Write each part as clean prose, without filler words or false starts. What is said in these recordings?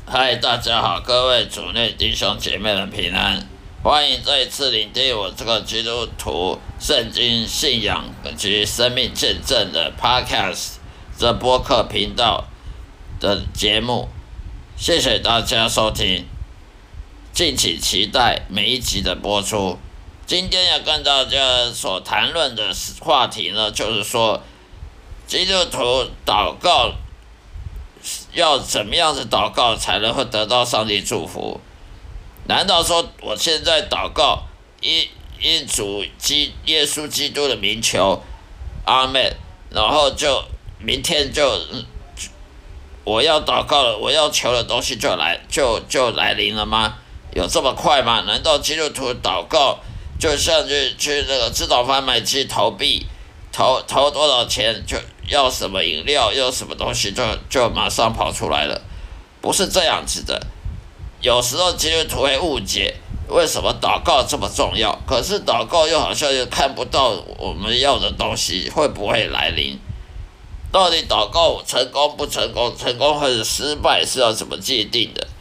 嗨，大家好，各位主内弟兄姐妹们平安，欢迎再一次聆听我这个基督徒圣经信仰及生命见证的 Podcast 这播客频道的节目，谢谢大家收听，敬请期待每一集的播出。今天要跟大家所谈论的话题呢，就是说基督徒祷告要怎么样子祷告才能会得到上帝祝福？难道说我现在祷告因主耶稣基督的名求，阿门，然后就明天我要祷告了，我要求的东西就来临了吗？有这么快吗？难道基督徒祷告就像去那个自动贩卖机投币，投多少钱就要什么饮料，要什么东西就马上跑出来了？不是这样子的。有时候基督徒会误解为什么祷告这么重要，可是祷告又好像又看不到我们要的东西会不会来临。到底祷告成功不成功，成功或者失败是要怎么界定的？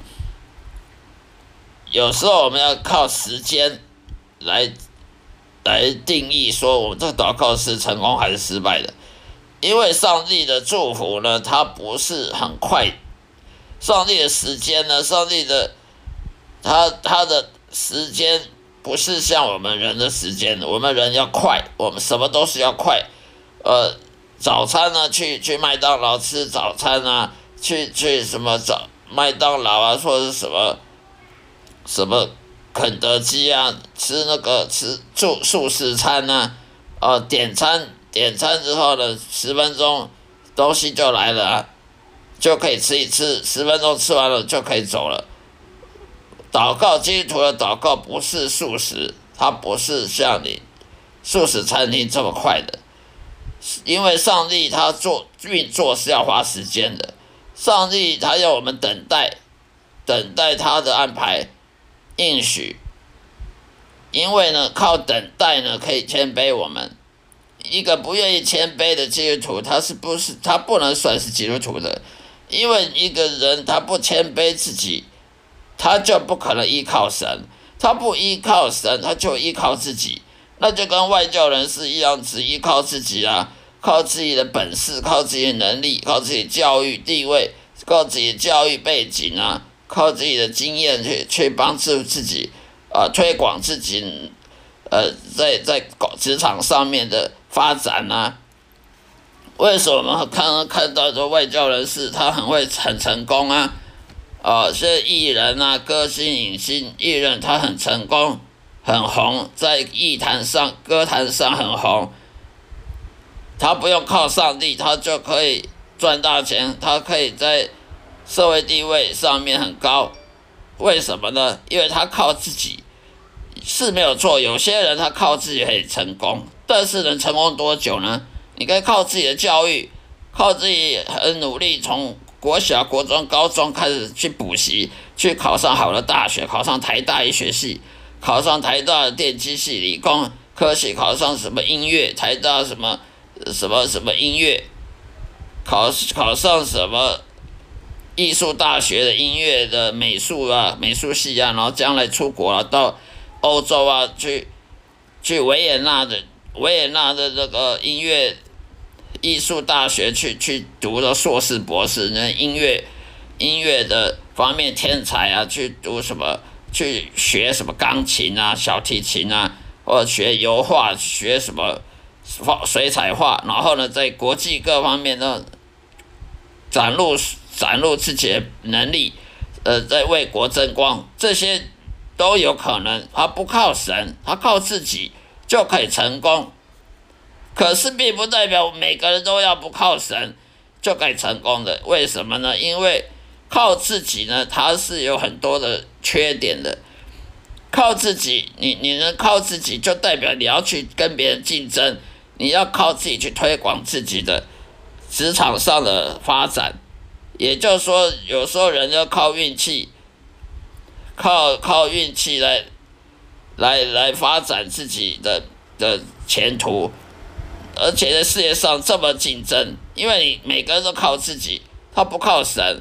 有时候我们要靠时间来定义说我们这个祷告是成功还是失败的。因为上帝的祝福呢，它不是很快，上帝的时间呢，上帝的他的时间不是像我们人的时间，我们人要快，我们什么都是要快。早餐呢，去麦当劳吃早餐啊，去什么麦当劳啊，或者是什么肯德基啊，吃素食餐啊，点餐之后呢，10分钟东西就来了啊，就可以吃一次，10分钟吃完了就可以走了。基督徒的祷告不是素食，它不是像你素食餐厅这么快的，因为上帝他运作是要花时间的，上帝他要我们等待他的安排应许，因为呢靠等待呢可以谦卑我们。一个不愿意谦卑的基督徒，他不能算是基督徒的，因为一个人他不谦卑自己，他就不可能依靠神，他不依靠神，他就依靠自己，那就跟外教人士一样，只依靠自己啊，靠自己的本事，靠自己的能力，靠自己的教育地位，靠自己的教育背景啊，靠自己的经验去帮助自己，推广自己，在职场上面的发展啊。为什么我们看到这外教人士他很成功啊？是艺人啊，歌星、影星、艺人，他很成功，很红，在歌坛上很红。他不用靠上帝，他就可以赚大钱，他可以在社会地位上面很高。为什么呢？因为他靠自己是没有错，有些人他靠自己可以成功，但是能成功多久呢？你可以靠自己的教育，靠自己很努力，从国小、国中、高中开始去补习，去考上好的大学，考上台大医学系，考上台大的电机系、理工科系，考上什么音乐，台大什么音乐，考上什么艺术大学的音乐的美术系啊，然后将来出国了，到欧洲啊，去维也纳的那个音乐艺术大学去读了硕士博士，那音乐的方面天才啊，去学什么钢琴啊、小提琴啊，或者学油画，学什么水彩画，然后呢，在国际各方面呢展露自己的能力，在为国争光，这些都有可能。他不靠神，他靠自己就可以成功。可是并不代表每个人都要不靠神就可以成功的。为什么呢？因为靠自己呢，它是有很多的缺点的。靠自己，你能靠自己，就代表你要去跟别人竞争，你要靠自己去推广自己的职场上的发展。也就是说，有时候人要靠运气，靠运气来发展自己的前途。而且在世界上这么竞争，因为你每个人都靠自己，他不靠神，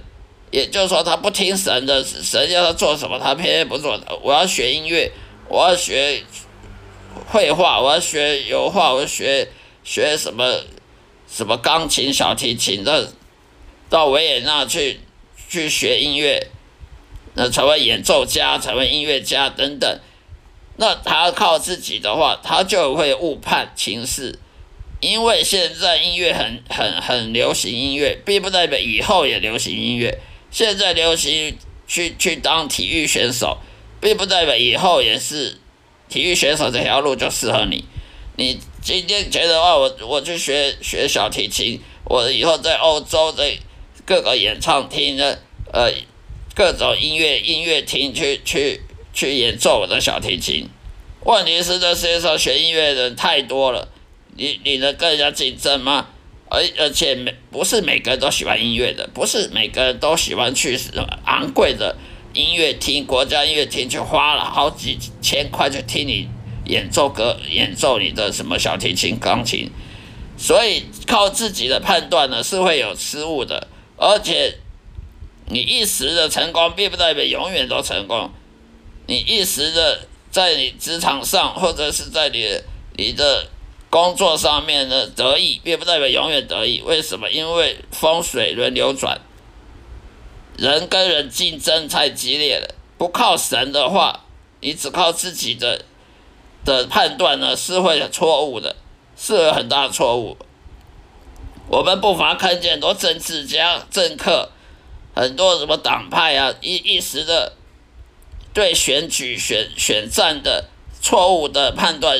也就是说他不听神的，神要他做什么，他偏偏不做。我要学音乐，我要学绘画，我要学油画，我要学什么钢琴、小提琴的，到维也纳去学音乐，成为演奏家，成为音乐家等等。那他要靠自己的话，他就会误判情势。因为现在音乐很流行音乐，并不代表以后也流行音乐。现在流行去当体育选手，并不代表以后也是体育选手这条路就适合你。你今天觉得我去学小提琴，我以后在欧洲在各个演唱厅的各种音乐厅去演奏我的小提琴。问题是这世界上学音乐的人太多了，你能跟人家竞争吗？而且不是每个人都喜欢音乐的，不是每个人都喜欢去昂贵的音乐厅、国家音乐厅去花了好几千块去听你演奏你的什么小提琴、钢琴。所以靠自己的判断呢是会有失误的，而且你一时的成功并不代表永远都成功。你一时的在你职场上或者是在你的工作上面的得意，并不代表永远得意。为什么？因为风水轮流转，人跟人竞争太激烈了。不靠神的话，你只靠自己的判断呢，是会错误的，是有很大的错误。我们不乏看见很多政治家、政客，很多什么党派啊，一时的对选举选战的错误的判断，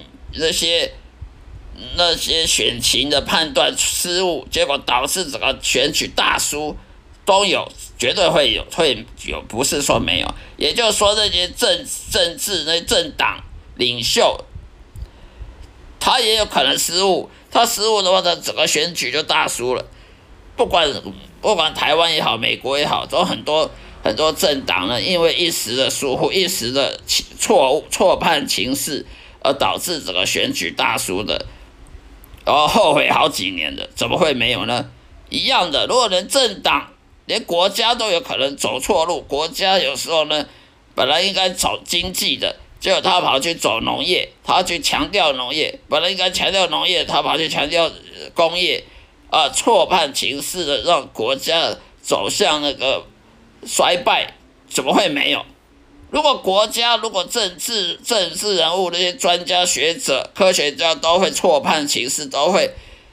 那些选情的判断失误，结果导致整个选举大输，都有，绝对会有，不是说没有。也就是说，那些政治那些政党领袖，他也有可能失误，他失误的话，他整个选举就大输了。不管台湾也好，美国也好，都很多政党呢，因为一时的疏忽、一时的错判情势，而导致整个选举大输的。然后后悔好几年的，怎么会没有呢？一样的，如果连政党、连国家都有可能走错路，国家有时候呢，本来应该走经济的，结果他跑去走农业，他去强调农业，本来应该强调农业，他跑去强调工业，错判情势的，让国家走向那个衰败，怎么会没有？如果国家、如果政治人物、那些专家学者、科学家都会错判情势，都会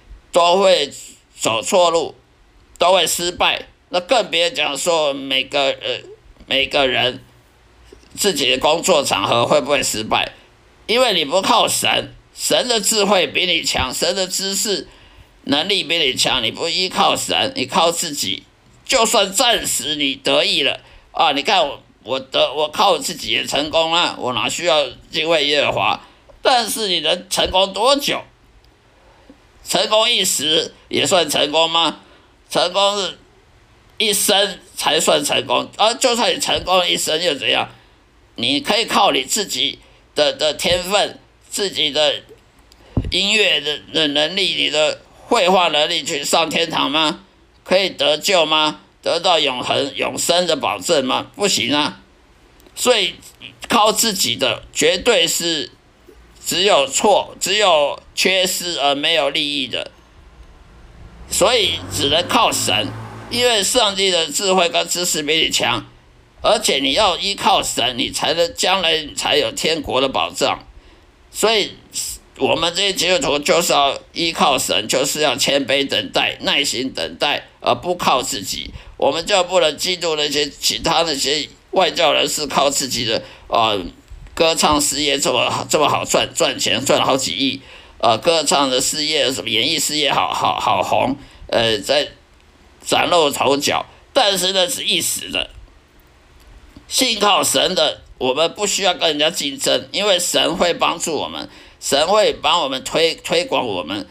走错路，都会失败，那更别讲说每个人自己的工作场合会不会失败？因为你不靠神，神的智慧比你强，神的知识能力比你强，你不依靠神，你靠自己，就算暂时你得意了啊，你看我靠自己也成功了，我哪需要敬畏耶和华？但是你能成功多久？成功一时也算成功吗？成功是一生才算成功，就算你成功一生又怎样？你可以靠你自己的天分、自己的音乐的能力、你的绘画能力去上天堂吗？可以得救吗？得到永生的保证吗？不行啊！所以靠自己的绝对是只有缺失而没有利益的，所以只能靠神，因为上帝的智慧跟知识比你强，而且你要依靠神，你将来才有天国的保障。所以我们这些基督徒就是要依靠神，就是要谦卑等待、耐心等待，而不靠自己。我们就不能嫉妒那些其他那些外教人士靠自己的歌唱事业这么好赚钱，赚了好几亿，歌唱的事业什么演艺事业好红，在崭露头角，但是那是一时的。信靠神的，我们不需要跟人家竞争，因为神会帮助我们，神会帮我们推广我们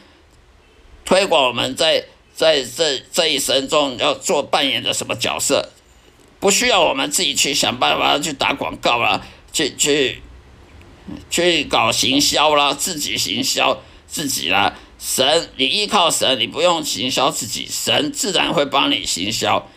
在这一生中要扮演的什么角色，不需要我们自己去想办法去打广告啦，去搞行销啦，自己行销自己啦。神，你依靠神，你不用行销自己，神自然会帮你行销。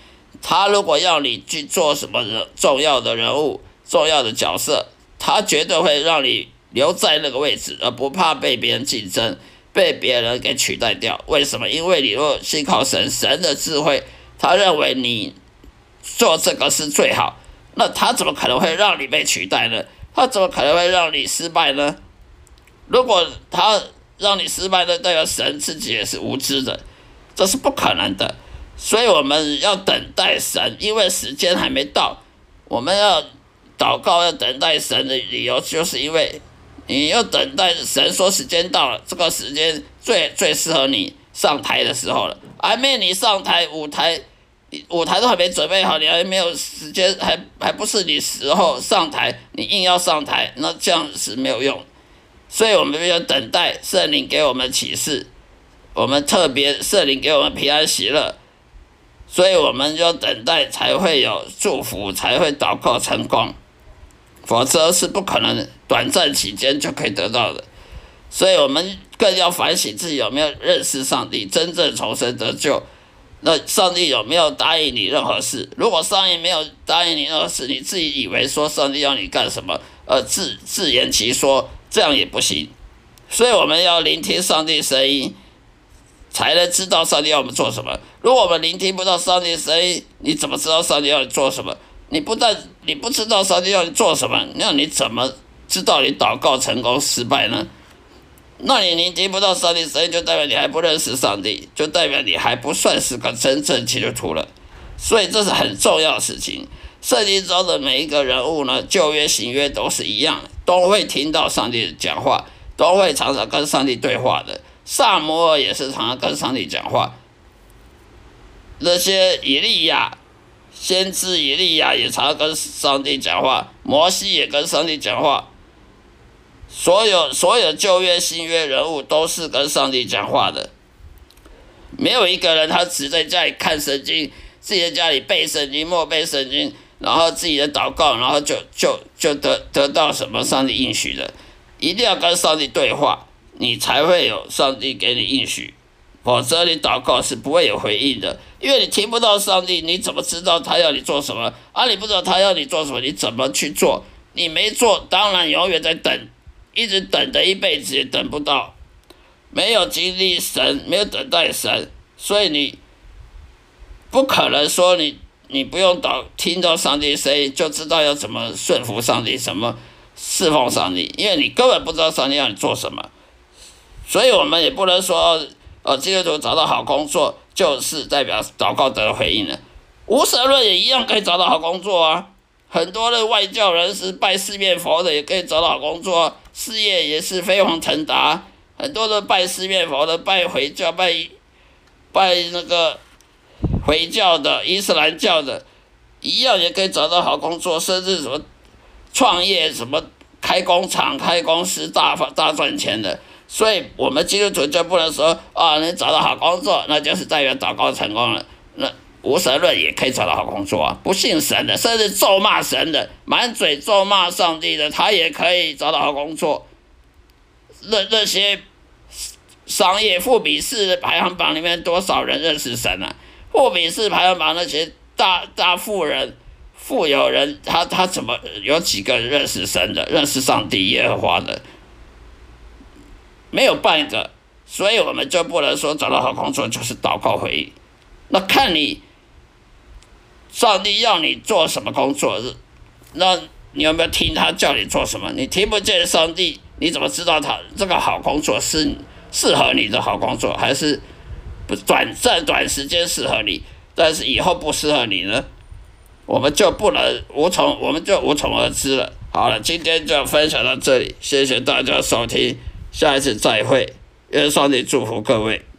他如果要你去做什么重要的人物、重要的角色，他绝对会让你留在那个位置，而不怕被别人竞争、被别人给取代掉。为什么？因为你若信靠神，神的智慧，他认为你做这个是最好，那他怎么可能会让你被取代呢？他怎么可能会让你失败呢？如果他让你失败的，代表神自己也是无知的，这是不可能的。所以我们要等待神，因为时间还没到。我们要祷告，要等待神的理由，就是因为你要等待神说时间到了，这个时间最适合你上台的时候了。还没你上台，舞台都还没准备好，你还没有时间，还不是你时候上台，你硬要上台，那这样是没有用。所以我们要等待圣灵给我们启示，我们特别圣灵给我们平安喜乐，所以我们就等待才会有祝福，才会祷告成功，否则是不可能短暂期间就可以得到的。所以我们更要反省自己有没有认识上帝，真正重生得救。那上帝有没有答应你任何事？如果上帝没有答应你任何事，你自己以为说上帝要你干什么，自圆其说，这样也不行。所以我们要聆听上帝声音，才能知道上帝要我们做什么。如果我们聆听不到上帝声音，你怎么知道上帝要你做什么？你不知道上帝要你做什么，那你怎么知道你祷告成功失败呢？那你聆听不到上帝声音，就代表你还不认识上帝，就代表你还不算是个真正基督徒了。所以这是很重要的事情。圣经中的每一个人物呢，旧约新约都是一样的，都会听到上帝讲话，都会常常跟上帝对话的。撒母耳也是常常跟上帝讲话，那些以利亚先知以利亚也常常跟上帝讲话，摩西也跟上帝讲话。所有旧约新约人物都是跟上帝讲话的，没有一个人他只在家里看圣经，自己在家里背圣经、默背圣经，然后自己的祷告，然后就得到什么上帝应许的。一定要跟上帝对话，你才会有上帝给你应许，否则你祷告是不会有回应的，因为你听不到上帝，你怎么知道他要你做什么？你不知道他要你做什么，你怎么去做？你没做，当然永远在等，一直等的一辈子也等不到，没有经历神，没有等待神，所以你不可能说你不用听到上帝声音就知道要怎么顺服上帝，怎么侍奉上帝，因为你根本不知道上帝要你做什么。所以我们也不能说基督徒找到好工作就是代表祷告得了回应了。无神论也一样可以找到好工作啊，很多的外教人士拜四面佛的也可以找到好工作啊，事业也是飞黄腾达。很多的拜四面佛的、拜回教、拜那个回教的、伊斯兰教的，一样也可以找到好工作，甚至什么创业、什么开工厂、开公司大赚钱的。所以我们基督徒就不能说你找到好工作，那就是代表祷告成功了。那无神论也可以找到好工作啊，不信神的，甚至咒骂神的，满嘴咒骂上帝的，他也可以找到好工作。那些商业富比士的排行榜里面多少人认识神啊？富比士排行榜那些大富人、富有人，他怎么有几个认识神的、认识上帝耶和华的？没有半个。所以我们就不能说找到好工作就是祷告回应。那看你上帝要你做什么工作，那你有没有听他叫你做什么？你听不见上帝，你怎么知道他这个好工作是适合你的好工作，还是短时间适合你，但是以后不适合你呢？我们就无从而知了。好了，今天就分享到这里，谢谢大家收听，下一次再会，愿上帝祝福各位。